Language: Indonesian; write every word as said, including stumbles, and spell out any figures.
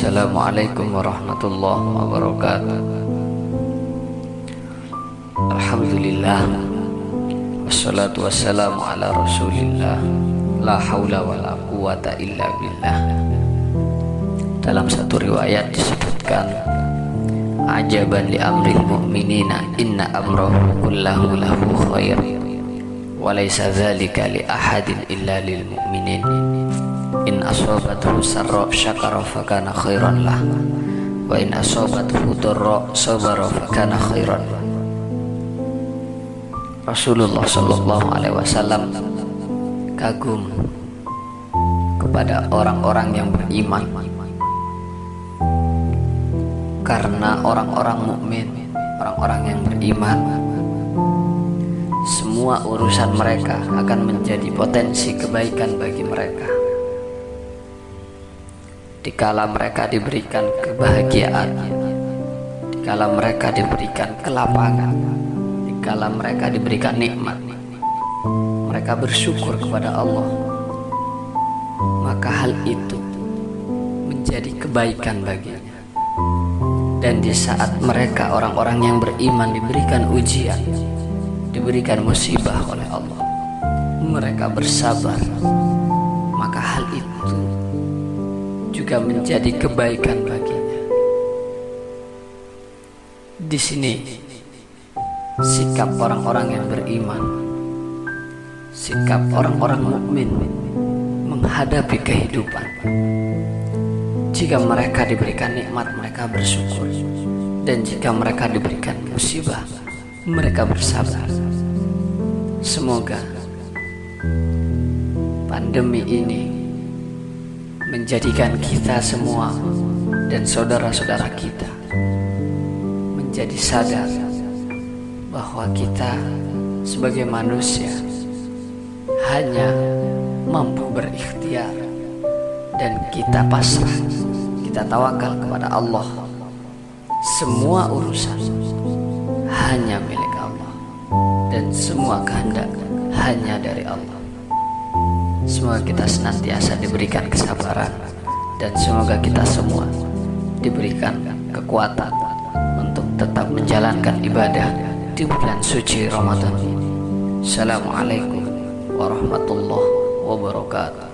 Assalamualaikum warahmatullahi wabarakatuh. Alhamdulillah, wassalatu wassalamu ala rasulillah, la hawla wa la quwata illa billah. Dalam satu riwayat disebutkan, ajaban li amril mu'minina inna amrahu kullahu lahu khair wa laysa dzalika li ahadin illa lil mu'minin. In asobathu sarra syakara fakana khairan lah, wa in asobathu dharra sabara fakana khairan lah. Rasulullah sallallahu alaihi wasallam kagum kepada orang-orang yang beriman, karena orang-orang mukmin, orang-orang yang beriman, semua urusan mereka akan menjadi potensi kebaikan bagi mereka. Dikala mereka diberikan kebahagiaan, dikala mereka diberikan kelapangan, dikala mereka diberikan nikmat, mereka bersyukur kepada Allah, maka hal itu menjadi kebaikan baginya. Dan di saat mereka, orang-orang yang beriman, diberikan ujian, diberikan musibah oleh Allah, mereka bersabar, maka hal itu juga menjadi kebaikan baginya. Di sini sikap orang-orang yang beriman, sikap orang-orang mukmin menghadapi kehidupan. Jika mereka diberikan nikmat, mereka bersyukur, dan jika mereka diberikan musibah, mereka bersabar. Semoga pandemi ini menjadikan kita semua dan saudara-saudara kita menjadi sadar bahwa kita sebagai manusia hanya mampu berikhtiar, dan kita pasrah, kita tawakal kepada Allah. Semua urusan hanya milik Allah, dan semua kehendak hanya dari Allah. Semoga kita senantiasa diberikan kesabaran, dan semoga kita semua diberikan kekuatan untuk tetap menjalankan ibadah di bulan suci Ramadan ini. Assalamualaikum warahmatullahi wabarakatuh.